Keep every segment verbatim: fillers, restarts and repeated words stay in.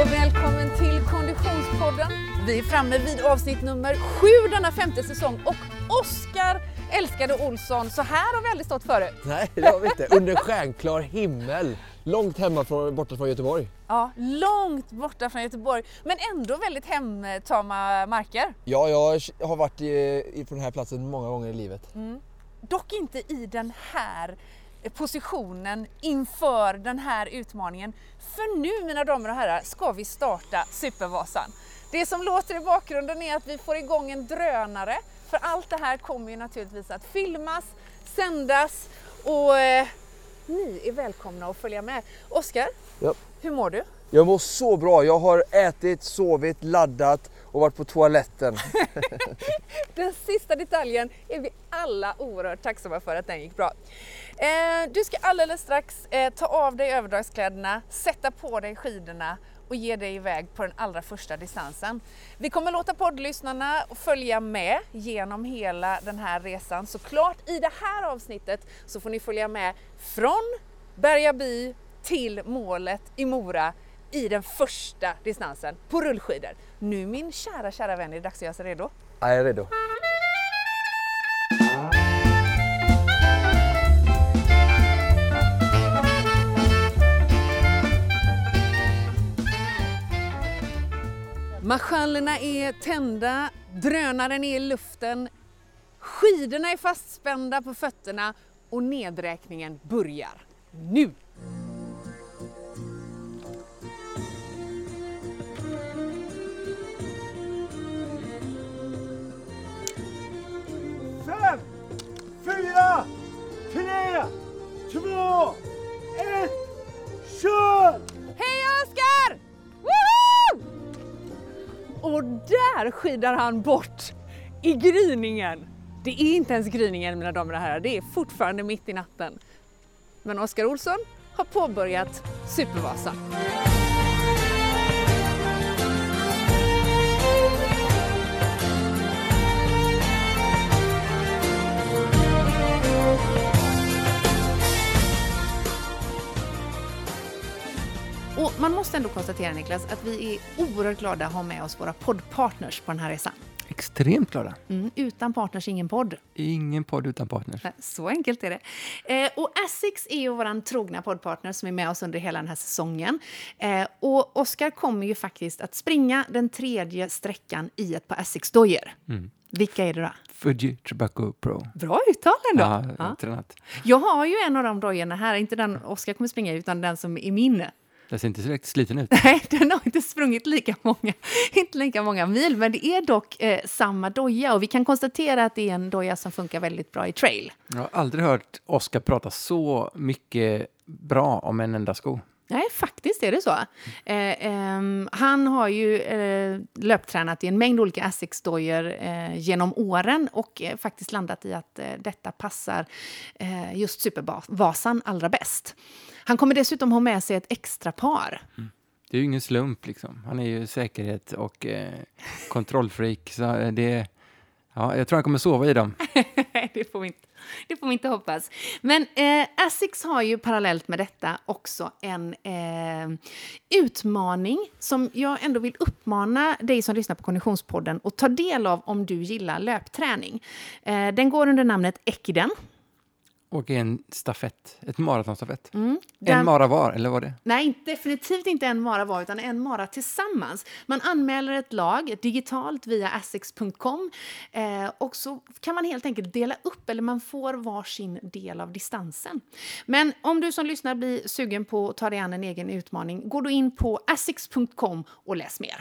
välkommen till Konditionspodden. Vi är framme vid avsnitt nummer sju denna femte säsong och Oskar älskade Olsson, så här har vi aldrig stått förut. Nej, det har vi inte. Under stjärnklar himmel. Långt hemma från, borta från Göteborg. Ja, långt borta från Göteborg, men ändå väldigt hemtama marker. Ja, jag har varit i, i, på den här platsen många gånger i livet. Mm. Dock inte i den här positionen inför den här utmaningen. För nu, mina damer och herrar, ska vi starta Supervasan. Det som låter i bakgrunden är att vi får igång en drönare. För allt det här kommer ju naturligtvis att filmas, sändas och eh, ni är välkomna att följa med. Oskar, ja. Hur mår du? Jag mår så bra. Jag har ätit, sovit, laddat och varit på toaletten. Den sista detaljen är vi alla oerhört tacksamma för att den gick bra. Eh, du ska alldeles strax eh, ta av dig överdragskläderna, sätta på dig skidorna och ge dig iväg på den allra första distansen. Vi kommer låta poddlyssnarna följa med genom hela den här resan. Såklart i det här avsnittet så får ni följa med från Bergaby till målet i Mora i den första distansen på rullskidor. Nu min kära, kära vän, är det dags att göra sig redo? Jag är redo. Marschallerna är tända, drönaren är i luften, skidorna är fastspända på fötterna och nedräkningen börjar nu! Fem, fyra, tre, två, ett, kör! Hej Oskar! Woho! Och där skidar han bort i gryningen. Det är inte ens gryningen, mina damer och herrar, det är fortfarande mitt i natten. Men Oskar Olsson har påbörjat Supervasan. Och man måste ändå konstatera, Niklas, att vi är oerhört glada att ha med oss våra poddpartners på den här resan. Extremt glada. Mm, utan partners, ingen podd. Ingen podd utan partners. Så enkelt är det. Eh, och Asics är ju våran trogna poddpartner som är med oss under hela den här säsongen. Eh, och Oskar kommer ju faktiskt att springa den tredje sträckan i ett par Asics-dojor. Mm. Vilka är det då? Fuji Tobacco Pro. Bra uttal ändå. Ja, jag har tränat. Jag har ju en av de dojorna här, inte den Oskar kommer springa utan den som är min. Det ser inte så riktigt sliten ut. Nej, den har inte sprungit lika många, inte lika många mil, men det är dock eh, samma doja och vi kan konstatera att det är en doja som funkar väldigt bra i trail. Jag har aldrig hört Oskar prata så mycket bra om en enda sko. Nej, faktiskt är det så. Eh, eh, han har ju eh, löptränat i en mängd olika Asics-dojor eh, genom åren och eh, faktiskt landat i att eh, detta passar eh, just Supervasan allra bäst. Han kommer dessutom ha med sig ett extra par. Mm. Det är ju ingen slump liksom. Han är ju säkerhet och eh, kontrollfreak. Så det, ja, jag tror han kommer sova i dem. det, får vi inte, det får vi inte hoppas. Men eh, Asics har ju parallellt med detta också en eh, utmaning som jag ändå vill uppmana dig som lyssnar på Konditionspodden och ta del av om du gillar löpträning. Eh, den går under namnet Ekiden. Och en stafett, ett maratonstafett. Mm, den, en mara var, eller var det? Nej, definitivt inte en mara var, utan en mara tillsammans. Man anmäler ett lag digitalt via asics punkt com eh, och så kan man helt enkelt dela upp, eller man får varsin del av distansen. Men om du som lyssnar blir sugen på att ta dig an en egen utmaning, gå då in på asics punkt com och läs mer.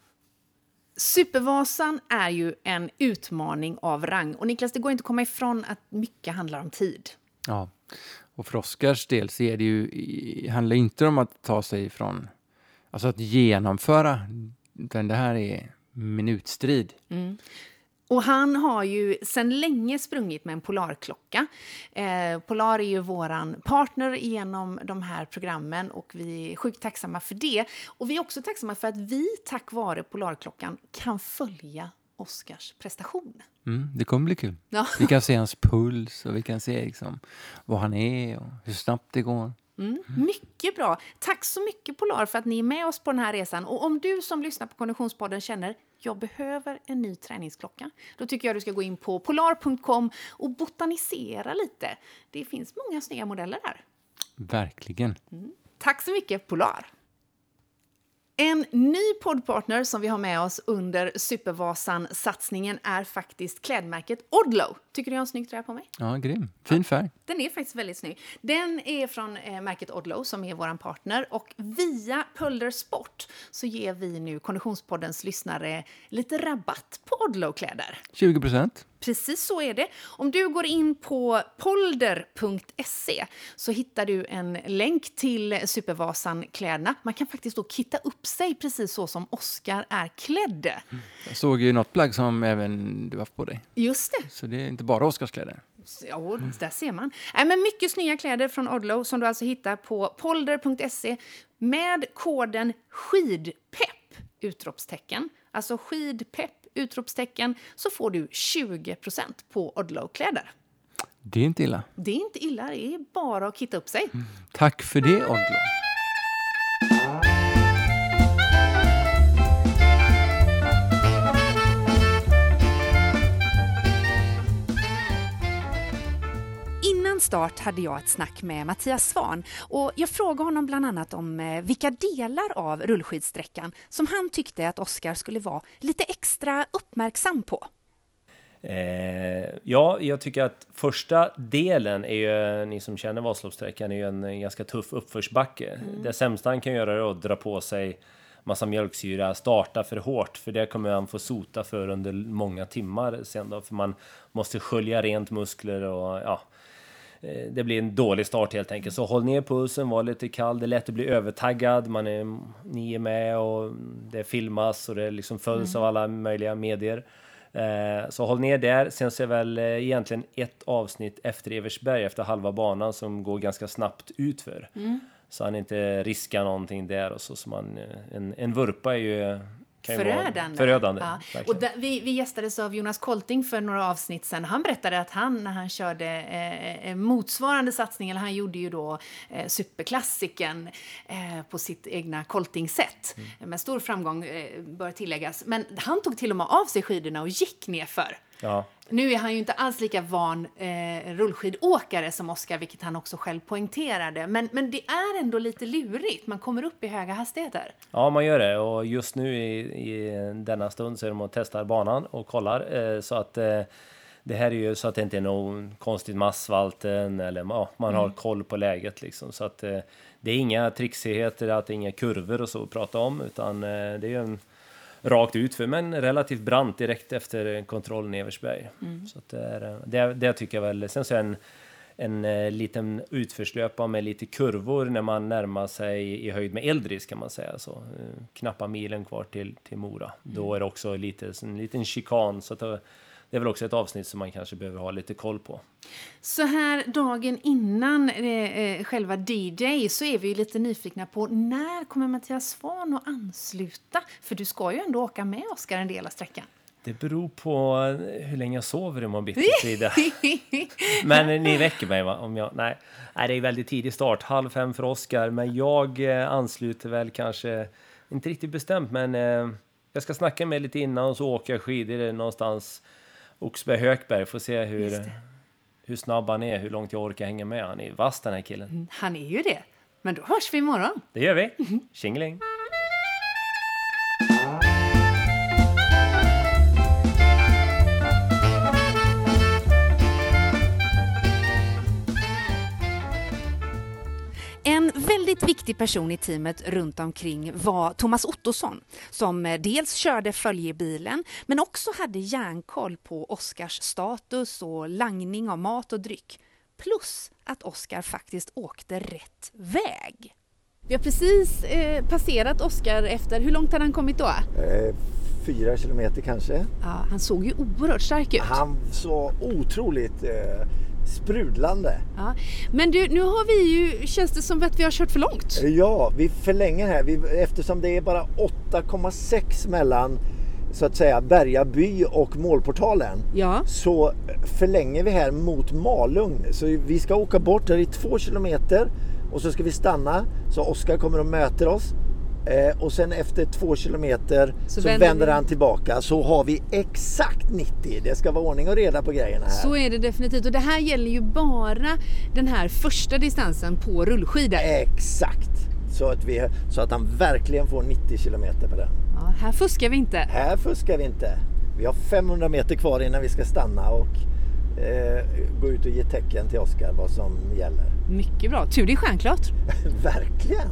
Supervasan är ju en utmaning av rang. Och Niklas, det går inte att komma ifrån att mycket handlar om tid. Ja, och för Oskars del så är det ju, handlar inte om att ta sig ifrån, alltså att genomföra, utan det här är minutstrid. Mm. Och han har ju sedan länge sprungit med en Polarklocka. Eh, Polar är ju våran partner genom de här programmen och vi är sjukt tacksamma för det. Och vi är också tacksamma för att vi tack vare Polarklockan kan följa Oskars prestation. Mm, det kommer bli kul. Ja. Vi kan se hans puls och vi kan se liksom vad han är och hur snabbt det går. Mm, mycket bra. Tack så mycket Polar för att ni är med oss på den här resan. Och om du som lyssnar på Konditionspodden känner jag behöver en ny träningsklocka, då tycker jag du ska gå in på polar punkt com och botanisera lite. Det finns många snygga modeller där. Verkligen. Mm. Tack så mycket Polar. En ny poddpartner som vi har med oss under Supervasan-satsningen är faktiskt klädmärket Odlo. Tycker du jag har en snygg tröja på mig? Ja, grym. Fin färg. Den är faktiskt väldigt snygg. Den är från eh, märket Odlo som är vår partner. Och via Pölder Sport så ger vi nu Konditionspoddens lyssnare lite rabatt på Odlo-kläder. tjugo procent. Precis så är det. Om du går in på polder punkt se så hittar du en länk till Supervasan-kläderna. Man kan faktiskt då kitta upp sig precis så som Oscar är klädd. Jag såg ju något plagg som även du har haft på dig. Just det. Så det är inte bara Oscars kläder. Ja, där ser man. Äh, men mycket snygga kläder från Odlo som du alltså hittar på polder punkt se med koden skidpepp utropstecken. Alltså skidpepp utropstecken så får du tjugo procent på Odlo-kläder. Det är inte illa. Det är inte illa, det är bara att kitta upp sig. Mm. Tack för det, Odlo. Innan start hade jag ett snack med Mattias Svahn och jag frågade honom bland annat om vilka delar av rullskidsträckan som han tyckte att Oscar skulle vara lite extra uppmärksam på. Eh, ja, jag tycker att första delen är ju, ni som känner Vasaloppssträckan, är ju en ganska tuff uppförsbacke. Mm. Det sämsta han kan göra är att dra på sig massa mjölksyra, starta för hårt, för det kommer han få sota för under många timmar sen då, för man måste skölja rent muskler och ja, det blir en dålig start helt enkelt. Så håll ner pulsen, var lite kall, det är lätt att bli övertaggad, man är, ni är med och det filmas och det liksom följs mm. av alla möjliga medier. Eh, så håll ner där. Sen så är väl eh, egentligen ett avsnitt efter Eversberg, efter halva banan, som går ganska snabbt utför. Mm. Så han inte riskar någonting där och så, så man, en, en vurpa är ju förödande. förödande ja. Och där, vi, vi gästades av Jonas Kolting för några avsnitt sedan. Han berättade att han, när han körde eh, motsvarande satsning, eller han gjorde ju då eh, superklassiken eh, på sitt egna Kolting-sätt. Mm. Med stor framgång eh, bör tilläggas. Men han tog till och med av sig skidorna och gick ner för. Ja. Nu är han ju inte alls lika van eh, rullskidåkare som Oscar, vilket han också själv poängterade. Men, men det är ändå lite lurigt. Man kommer upp i höga hastigheter. Ja, man gör det. Och just nu i, i denna stund så är de och testar banan och kollar. Eh, så att eh, det här är ju så att det inte är någon konstigt med asfalten. Eller ja, man har mm. koll på läget liksom. Så att eh, det är inga trixigheter, att det är inga kurvor och så att prata om. Utan eh, det är ju en rakt ut för, men relativt brant direkt efter kontrollen i Eversberg. Mm. Så att det, är, det, det tycker jag väl. Sen så är en, en, en liten utförslöpa med lite kurvor när man närmar sig i höjd med Eldris, kan man säga. Så, knappa milen kvar till, till Mora. Mm. Då är det också lite, en liten chikan, så att det, det är väl också ett avsnitt som man kanske behöver ha lite koll på. Så här dagen innan eh, själva D J så är vi lite nyfikna på när kommer Mattias Svahn att ansluta? För du ska ju ändå åka med Oscar en del av sträckan. Det beror på hur länge jag sover i morgon bitti. Men ni väcker mig, va? Om jag, nej. nej, det är väldigt tidig start. Halv fem för Oscar. Men jag eh, ansluter väl kanske, inte riktigt bestämt, men eh, jag ska snacka med lite innan och så åker jag skidor någonstans Oxberg Hökberg. Får se hur, hur snabb han är, hur långt jag orkar hänga med. Han är vass, den här killen. Han är ju det. Men då hörs vi imorgon. Det gör vi. Tjingeling. En väldigt viktig person i teamet runt omkring var Thomas Ottosson, som dels körde följebilen men också hade järnkoll på Oscars status och langning av mat och dryck. Plus att Oscar faktiskt åkte rätt väg. Vi har precis eh, passerat Oscar efter, hur långt hade han kommit då? Eh, fyra kilometer kanske. Ja, han såg ju oerhört stark ut. Han såg otroligt eh, sprudlande. Ja. Men du, nu har vi ju, känns det som att vi har kört för långt? Ja, vi förlänger här. Vi, eftersom det är bara åtta komma sex mellan, så att säga, Berga by och målportalen, ja, så förlänger vi här mot Malung. Så vi ska åka bort där i två kilometer Och så ska vi stanna, så Oskar kommer och möter oss. Eh, och sen efter två kilometer så, så vänder, vänder han tillbaka. Så har vi exakt nittio. Det ska vara ordning och reda på grejerna här. Så är det definitivt. Och det här gäller ju bara den här första distansen på rullskidor. Exakt. Så att, vi, så att han verkligen får nittio kilometer på den. Ja, här fuskar vi inte. Här fuskar vi inte. Vi har femhundra meter kvar innan vi ska stanna och eh, gå ut och ge tecken till Oskar vad som gäller. Mycket bra. Tur det är stjärnklart. Verkligen.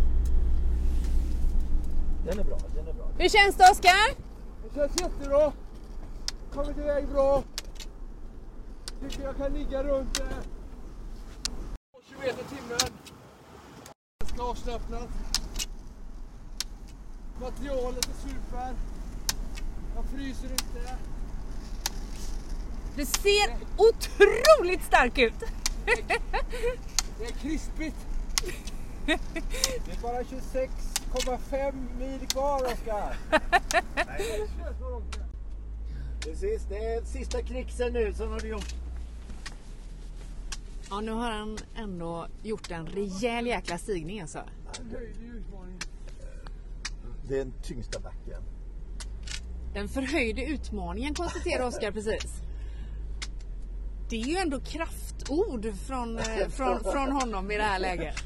Den är bra, den är bra. Hur känns det, Oskar? Det känns jättebra. Kommit iväg bra. Tycker jag kan ligga runt eh, tjugo meter i timmen. Ganska avslappnat. Materialet är super. Jag fryser inte. Du ser otroligt stark ut. Det är krispigt. Det är bara tjugosex komma fem mil kvar, Oskar. Precis, det är sista krixen nu som har du gjort. Ja, nu har han ändå gjort en rejäl jäkla stigning alltså. Det är den tyngsta backen. Den förhöjde utmaningen, konstaterar Oskar precis. Det är ju ändå kraftord från, från, från honom i det här läget.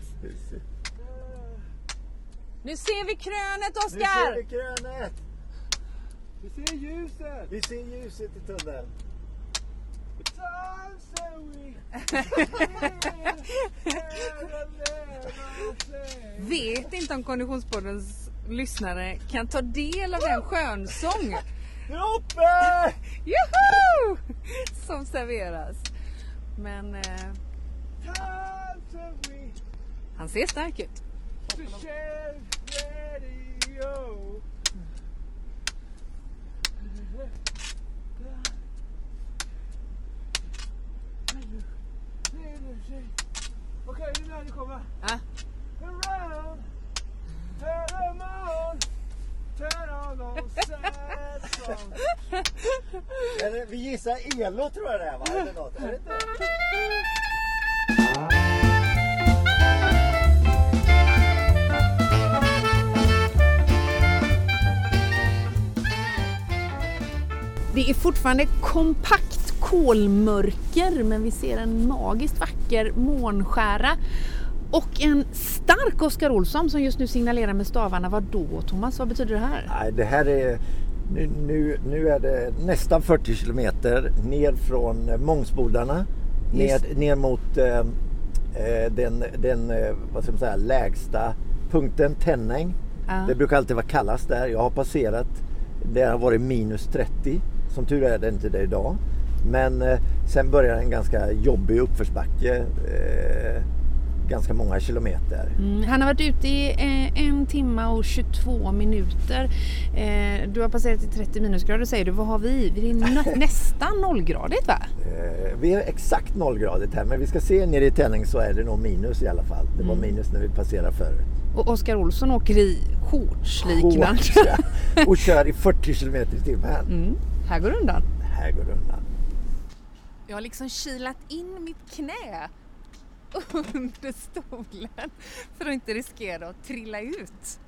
Nu ser vi krönet, Oskar! Nu ser vi krönet! Vi ser ljuset! Vi ser ljuset i tunneln. Vet inte om Konditionspoddens lyssnare kan ta del av den skönsång uppe! Juhu! Som serveras. Men eh, han ser stark ut. Okej, det är när du kommer. Ja. Around, turn on, turn on those sad songs. Eller, vi gissar Elo tror jag det är, va? Eller något. Är det inte? Det är fortfarande kompakt kolmörker, men vi ser en magiskt vacker månskära och en stark Oskar Olsson som just nu signalerar med stavarna. Vad då, Thomas? Vad betyder det här? Nej, det här är nu, nu, nu är det nästan fyrtio kilometer ner från Mångsbodarna ner, ner mot eh, den, den vad ska man säga, lägsta punkten, Tänning. Ja. Det brukar alltid vara kallast där. Jag har passerat, det har varit minus trettio. Som tur är det inte det idag. Men eh, sen börjar en ganska jobbig uppförsbacke. Eh, ganska många kilometer. Mm, han har varit ute i eh, en timme och tjugotvå minuter. Eh, du har passerat i trettio minusgrader, säger du. Vad har vi? Vi är nä- nästan nollgradigt, va? Eh, vi är exakt nollgradigt här. Men vi ska se nere i Tänning så är det nog minus i alla fall. Det var Mm. minus när vi passerade förut. Och Oskar Olsson åker i shortsliknande. Shorts, ja. Och kör i fyrtio kilometer i timmen. Mm, här går det undan. Här går det undan. Jag har liksom kilat in mitt knä under stolen för att inte riskera att trilla ut.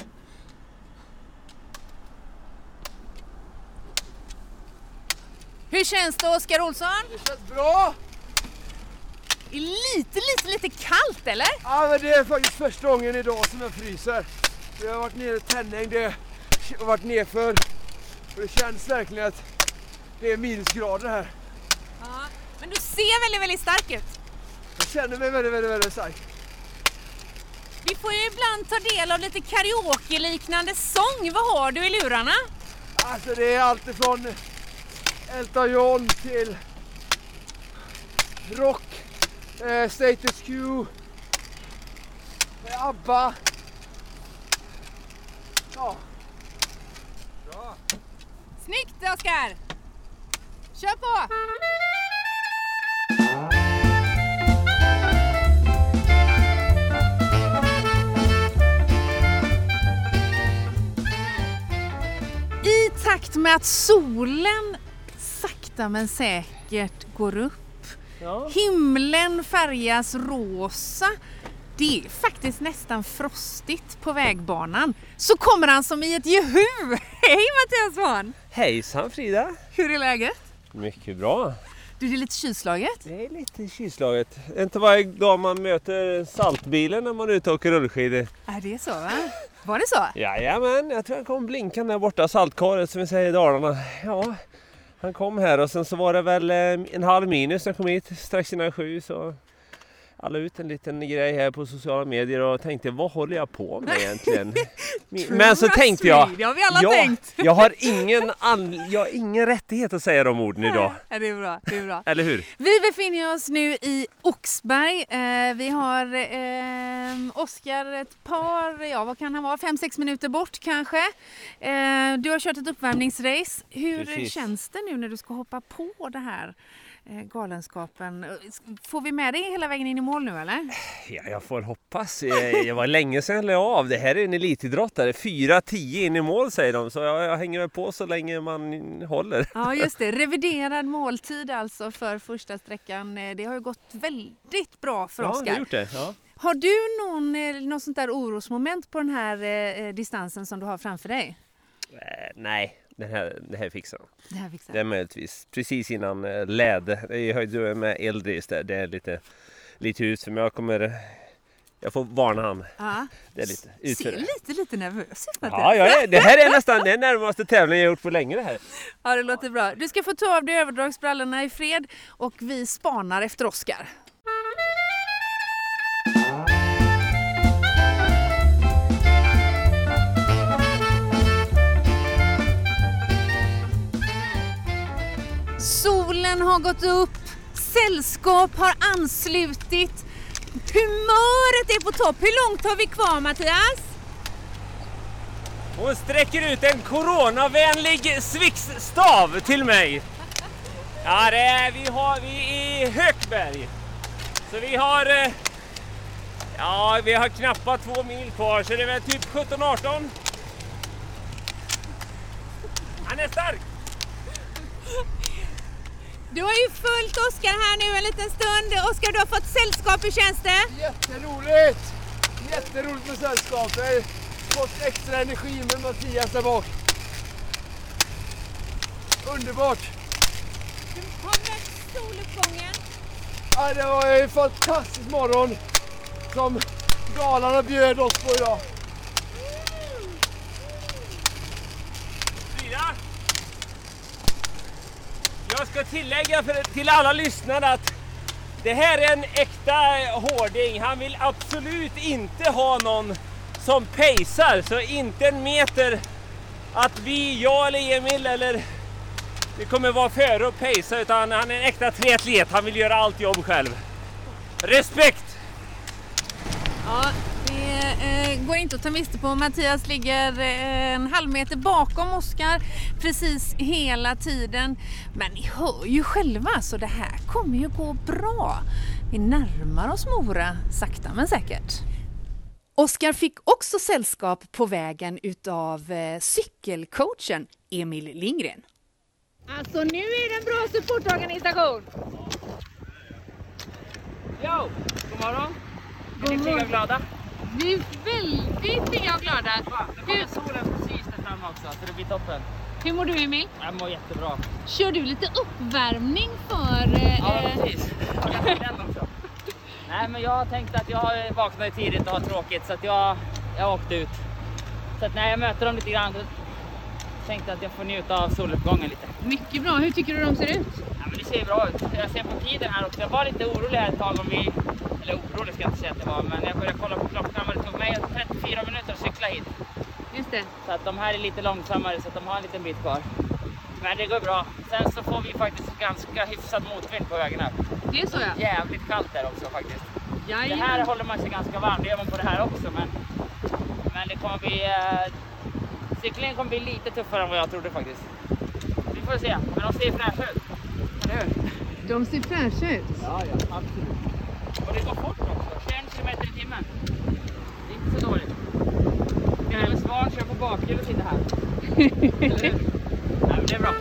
Hur känns det, Oskar Olsson? Det känns bra! Det är lite, lite, lite kallt, eller? Ja, men det är faktiskt första gången idag som jag fryser. Jag har varit nere i Tänning, det har varit nerför. Och det känns verkligen att det är minusgrader här. Ja, men du ser väldigt, väldigt stark ut. Jag känner mig väldigt, väldigt, väldigt stark. Vi får ju ibland ta del av lite karaoke-liknande sång. Vad har du i lurarna? Alltså det är allt ifrån Elton John till rock, eh, Status Quo, eh, ABBA. Ja. Bra. Snyggt, Oskar! Kör på! I takt med att solen sakta men säkert går upp, Ja. himlen färgas rosa, det är faktiskt nästan frostigt på vägbanan. Så kommer han som i ett jehu. Hej Mattias Svahn! Hejsan Frida! Hur är läget? Mycket bra. Du, det är lite kylslaget. Det är lite kylslaget. Inte varje dag man möter saltbilen när man är ute och åker rullskidor. Är det så va? Var det så? Jajamän, jag tror han kom blinkande där borta, saltkaret som vi säger i Dalarna. Ja, han kom här och sen så var det väl en halv minus när jag kom hit strax innan sju, så jag la ut en liten grej här på sociala medier och tänkte, vad håller jag på med egentligen? Men så tänkte jag, det har vi alla jag, tänkt. jag, har ingen an, jag har ingen rättighet att säga de orden idag. Ja, det är bra, det är bra. Eller hur? Vi befinner oss nu i Oxberg. Eh, vi har eh, Oskar ett par, ja vad kan han vara, fem sex minuter bort kanske. Eh, du har kört ett uppvärmningsrace. Hur Precis. känns det nu när du ska hoppa på det här eh, galenskapen? Får vi med dig hela vägen in i mål nu eller? Ja, jag får hoppas. Jag, jag var länge sedan jag la av. Det här är en elitidrottare. fyra tio in i mål säger de. Så jag, jag hänger på så länge man håller. Ja just det, reviderad måltid alltså för första sträckan. Det har ju gått väldigt bra för Ja, Oskar. jag har gjort det. Ja. Har du någon, eh, någon sånt där orosmoment på den här eh, distansen som du har framför dig? Eh, nej, det här, det här fixar de. Det här fixar Det är möjligtvis precis innan eh, läd. Jag höjde med Eldris där. Det är lite, lite ut för mig. Jag kommer... Jag får varna han. Ja. Det är lite Ser utför. lite, lite nervös ut. Ja, jag är, det här är nästan den närmaste tävlingen jag gjort på länge det här. Ja, det låter bra. Du ska få ta av dig överdragsbrallorna i fred och vi spanar efter Oskar. Solen har gått upp, sällskap har anslutit, humöret är på topp. Hur långt har vi kvar Mattias? Hon sträcker ut en coronavänlig Swix-stav till mig. Ja, det är, vi, har, vi är i Hökberg. Så vi har, eh, ja, vi har knappt två mil kvar, så det är väl typ sjutton arton. Han är stark. Du har ju följt Oskar här nu en liten stund. Oskar, du har fått sällskap, hur känns det? Jätteroligt! Jätteroligt med sällskap. Jag har fått extra energi med Mattias där bak. Underbart! Du har mött soluppgången. Ja, det var en fantastisk morgon som Dalarna bjöd oss på idag. Frida, jag ska tillägga för, till alla lyssnare att det här är en äkta hårding. Han vill absolut inte ha någon som pejsar, så inte en meter att vi, jag eller Emil eller det kommer vara före och pejsa, utan han är en äkta triatlet. Han vill göra allt jobb själv. Respekt! Ja, det eh, går inte att ta miste på. Mattias ligger eh, en halv meter bakom Oskar precis hela tiden. Men ni hör ju själva, så det här kommer ju gå bra. Vi närmar oss Mora sakta men säkert. Oskar fick också sällskap på vägen utav eh, cykelcoachen Emil Lindgren. Alltså nu är det en bra supportorganisation. Jo, god morgon. Är ni pigga och glada? Vi är väldigt pigga och glada. Va, nu kommer solen precis där framme också, så det blir toppen. Hur mår du Emil? Jag mår jättebra. Kör du lite uppvärmning för... Eh, Ja, precis. Jag kan den också. Nej, men jag tänkte att jag vaknade tidigt och har tråkigt, så att jag, jag åkte ut. Så att när jag möter dem lite grann, så tänkte jag att jag får njuta av soluppgången lite. Mycket bra. Hur tycker du de ser ut? Ja, men det ser bra ut. Jag ser på tiden här också. Jag var lite orolig här ett tag om vi... Eller orolig ska jag inte säga att det var, men jag började kolla på klockan och det tog mig trettiofyra minuter att cykla hit. Just det. Så att de här är lite långsammare, så att de har en liten bit kvar. Men det går bra. Sen så får vi faktiskt ganska hyfsad motvind på vägen här. Det är så ja. Jävligt kallt där också faktiskt. Jajamän. Det här håller man sig ganska varm, det gör man på det här också. Men, men det kommer bli... Eh, cyklingen kommer bli lite tuffare än vad jag trodde faktiskt. Vi får se, men de ser fräscha ut. Eller hur? De ser fräscha ut. Ja, ja, absolut. Och det går fort också, tjugoen kilometer i timmen. Det är inte så dåligt. Jag är Svahn kör på bakhjul och sitter här. Eller hur? Nej, men det är bra.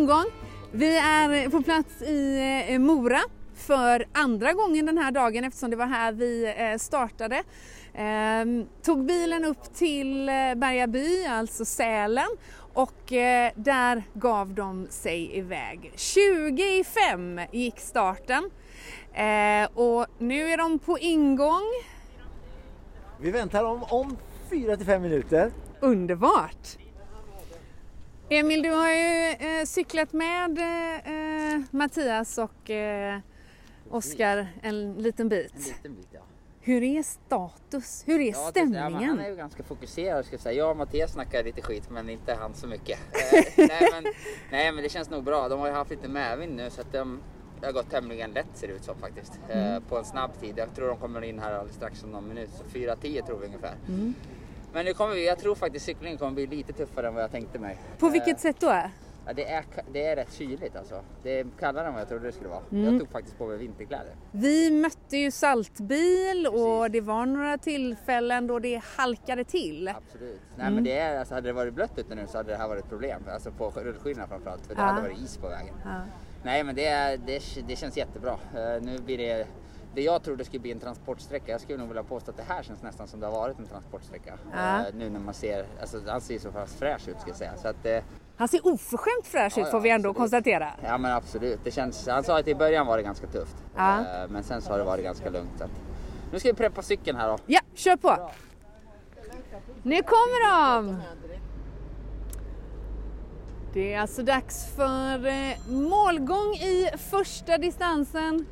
ingång. Vi är på plats i Mora för andra gången den här dagen eftersom det var här vi startade. Ehm, tog bilen upp till Bergaby, alltså Sälen, och eh, där gav de sig iväg. tjugo i fem gick starten eh, och nu är de på ingång. Vi väntar om, om fyra till fem minuter. Underbart! Emil, du har ju eh, cyklat med eh, Mattias och eh, Oskar en liten bit. En liten bit, ja. Hur är status? Hur är ja, stämningen? Det, ja, han är ju ganska fokuserad, ska jag säga. Jag och Mattias snackar lite skit, men inte han så mycket. eh, nej, men, nej, men det känns nog bra. De har ju haft lite medvind nu, så att de det har gått tämligen lätt, ser det ut som faktiskt. Mm. Eh, på en snabb tid. Jag tror de kommer in här alldeles strax om någon minut. Så fyra tio tror vi ungefär. Mm. Men nu kommer vi, jag tror faktiskt cyklingen kommer bli lite tuffare än vad jag tänkte mig. På vilket eh, sätt då? Ja, det, är, det är rätt kyligt alltså. Det är kallare än vad jag trodde det skulle vara. Mm. Jag tog faktiskt på mig vinterkläder. Vi mötte ju saltbil. Precis. Och det var några tillfällen då det halkade till. Absolut. Nej, mm. men det är, alltså, hade det varit blött ute nu så hade det här varit ett problem. Alltså på rullskivorna framförallt. För det ja. hade varit is på vägen. Ja. Nej, men det, är, det, det känns jättebra. Uh, nu blir det... Det jag trodde skulle bli en transportsträcka. Jag skulle nog vilja påstå att det här känns nästan som det har varit en transportsträcka. Ja. Uh, nu när man ser, alltså han ser så fast fräsch ut ska jag säga. Så att, uh, han ser oförskämt fräsch ut ja, får vi ändå absolut. konstatera. Ja men absolut. Det känns, han sa att i början var det ganska tufft. Ja. Uh, men sen så har det varit ganska lugnt. Så att, nu ska vi preppa cykeln här då. Ja, kör på. Bra. Nu kommer de! Det är alltså dags för uh, målgång i första distansen.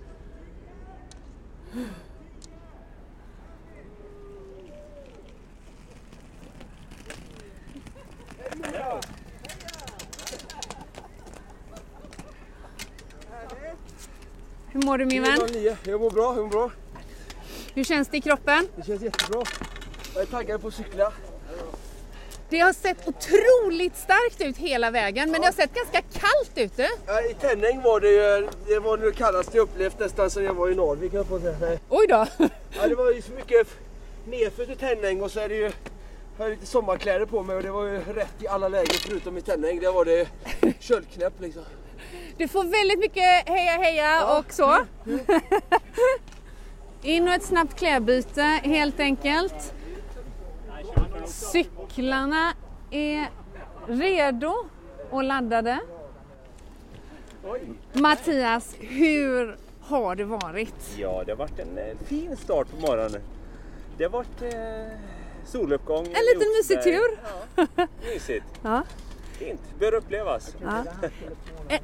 Hur mår du min vän? Jag mår bra, jag mår bra. Hur känns det i kroppen? Det känns jättebra. Jag är taggad på att cykla. Det har sett otroligt starkt ut hela vägen, men ja. det har sett ganska kallt ut. Ja, i Tänning var det ju, det var det kallaste jag upplevt nästan sedan jag var i Norrvik. På det. Oj då! Ja, det var ju så mycket nedför i Tänning och så är det ju, jag har lite sommarkläder på mig och det var ju rätt i alla lägen förutom i Tänning. Där var det köldknäpp liksom. Du får väldigt mycket heja heja ja. och så. Mm. In och ett snabbt klädbyte helt enkelt. Cyklarna är redo och laddade. Mattias, hur har det varit? Ja, det har varit en eh, fin start på morgonen. Det har varit eh, soluppgång. En liten mysig tur. Ja, mysigt. Ja. Fint, bör upplevas. Ja. eh,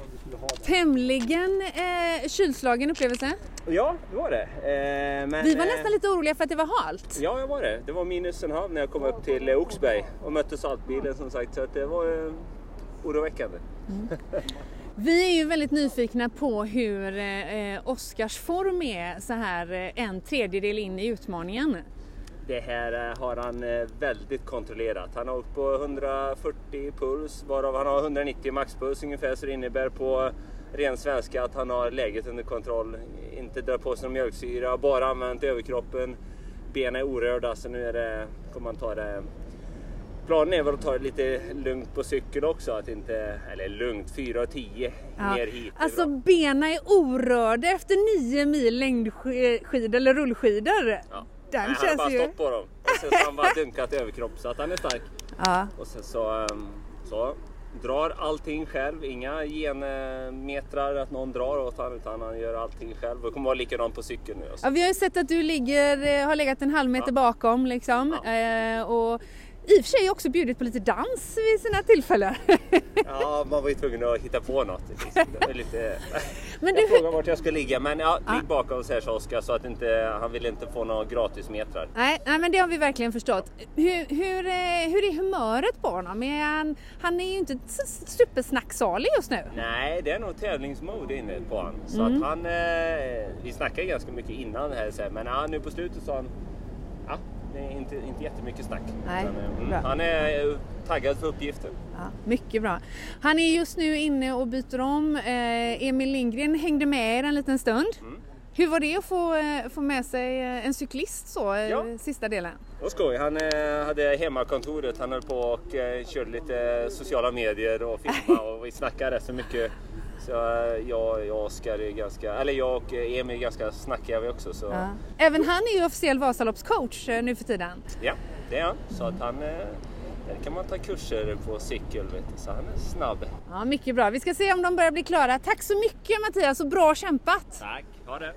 tämligen eh, kylslagen upplevelse. Ja, det var det. Eh, men, Vi var nästan lite oroliga för att det var halt. Ja, jag var det. Det var minus en halv när jag kom upp till eh, Oxberg och mötte saltbilen som sagt. Så att det var eh, oroväckande. Mm. Vi är ju väldigt nyfikna på hur eh, Oskars form är så här eh, en tredjedel in i utmaningen. Det här har han väldigt kontrollerat. Han har upp på hundrafyrtio puls, varav han har hundranittio maxpuls ungefär, så det innebär på ren svenska att han har läget under kontroll. Inte drar på sig någon mjölksyra, bara använt överkroppen. Benen är orörda, så nu är det, kommer man ta det... Planen är väl att ta det lite lugnt på cykel också, att inte, eller lugnt, fyra och tio ja. ner hit. Alltså benen är orörda efter nio mil längdskidor eller rullskidor. Ja. Den Nej, han har bara ju... stått på dem. Och sen så har han bara dunkat överkropp så att han är stark. Ja. Och sen så, så drar allting själv. Inga genmetrar att någon drar åt han, utan han gör allting själv. Det kommer vara likadant på cykeln nu. Ja, vi har ju sett att du ligger, har legat en halv meter ja. bakom liksom. Ja. Eh, och i och för sig också bjudit på lite dans vid sina tillfällen. Ja, man var ju tvungen att hitta på något. Det var lite... Men du... Jag frågade vart jag ska ligga, men ja, ligg bakom oss här, så Oskar, så att inte, han vill inte få några gratismetrar. Nej, nej, men det har vi verkligen förstått. Hur, hur, hur är humöret på honom? Är han, han är ju inte supersnacksalig just nu. Nej, det är nog tävlingsmode inne på honom. Så mm. att han, eh, vi snackade ganska mycket innan här, så här, men ja, nu på slutet så han, ja, det är inte, inte jättemycket snack. Nej, men, mm, han är taggad för uppgiften. Ja, mycket bra. Han är just nu inne och byter om. Eh, Emil Lindgren hängde med er en liten stund. Mm. Hur var det att få, få med sig en cyklist så Ja. sista delen? Det var skoj. Han eh, hade hemmakontoret. Han höll på och eh, körde lite sociala medier och filmade och vi snackade rätt så mycket. Så eh, jag, jag och Oskar är ganska, eller jag och Emil är ganska snackiga vi också. Så. Ja. Även han är ju officiell Vasaloppscoach nu för tiden. Ja, det är han. Så att han, eh, där kan man ta kurser på cykel, vet du. Så han är snabb. Ja, mycket bra. Vi ska se om de börjar bli klara. Tack så mycket Mattias och bra kämpat! Tack, ha det!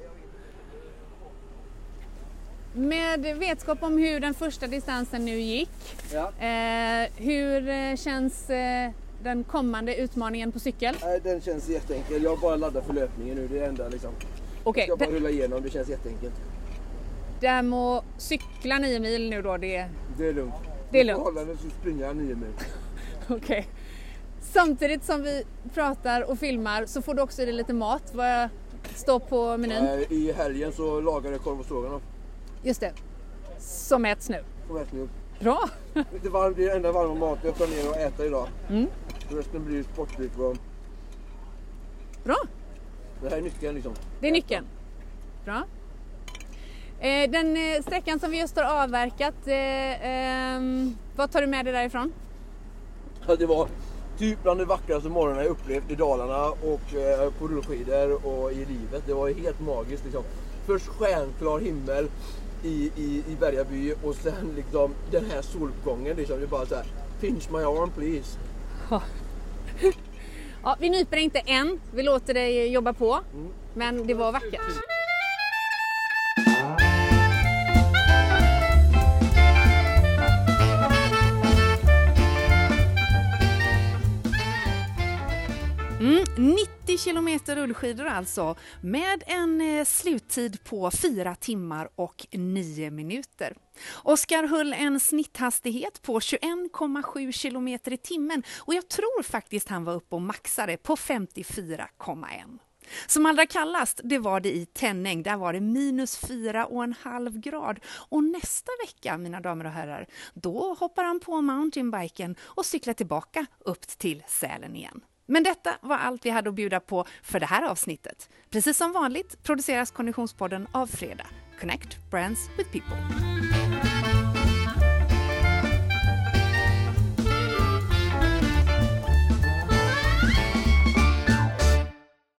Med vetskap om hur den första distansen nu gick, Ja. eh, hur eh, känns eh, den kommande utmaningen på cykel? Nej, den känns jätteenkel. Jag bara laddar för löpningen nu. Det är det enda liksom. Okej, Jag bara okay, rulla igenom. Det känns jätteenkelt. där må cykla nio mil nu då, det, Det är lugnt. det är Jag får lugnt. hålla den så springer jag nio mil. Okej. Samtidigt som vi pratar och filmar så får du också i dig lite mat. Vad står på menyn? Eh, I helgen så lagar jag korv och stroganoff. Just det. Som äts nu. Som äts nu. Bra! Lite varm, det är enda varma mat jag planerar att äta idag. Mm. Resten blir sportdryck. Och Bra! det här är nyckeln liksom. Det är nyckeln. Bra. Eh, den eh, sträckan som vi just har avverkat, eh, ehm, vad tar du med dig därifrån? Att det var typ bland det vackraste morgonen jag upplevt i Dalarna och eh, på rullskidor och i livet. Det var ju helt magiskt liksom. Först stjärnklar himmel i, i, i Bergaby och sen liksom den här soluppgången liksom. Det är bara så här, pinch my arm please. Ja, vi nyper inte än, vi låter dig jobba på, men det var vackert. Mm, nittio kilometer rullskidor alltså, med en eh, sluttid på fyra timmar och nio minuter. Oskar höll en snitthastighet på tjugoett komma sju kilometer i timmen och jag tror faktiskt han var uppe och maxade på femtiofyra komma ett. Som allra kallast, det var det i Tänning, där var det minus fyra och en halv grad. Och nästa vecka, mina damer och herrar, då hoppar han på mountainbiken och cyklar tillbaka upp till Sälen igen. Men detta var allt vi hade att bjuda på för det här avsnittet. Precis som vanligt produceras Konditionspodden av Fredag. Connect Brands with People.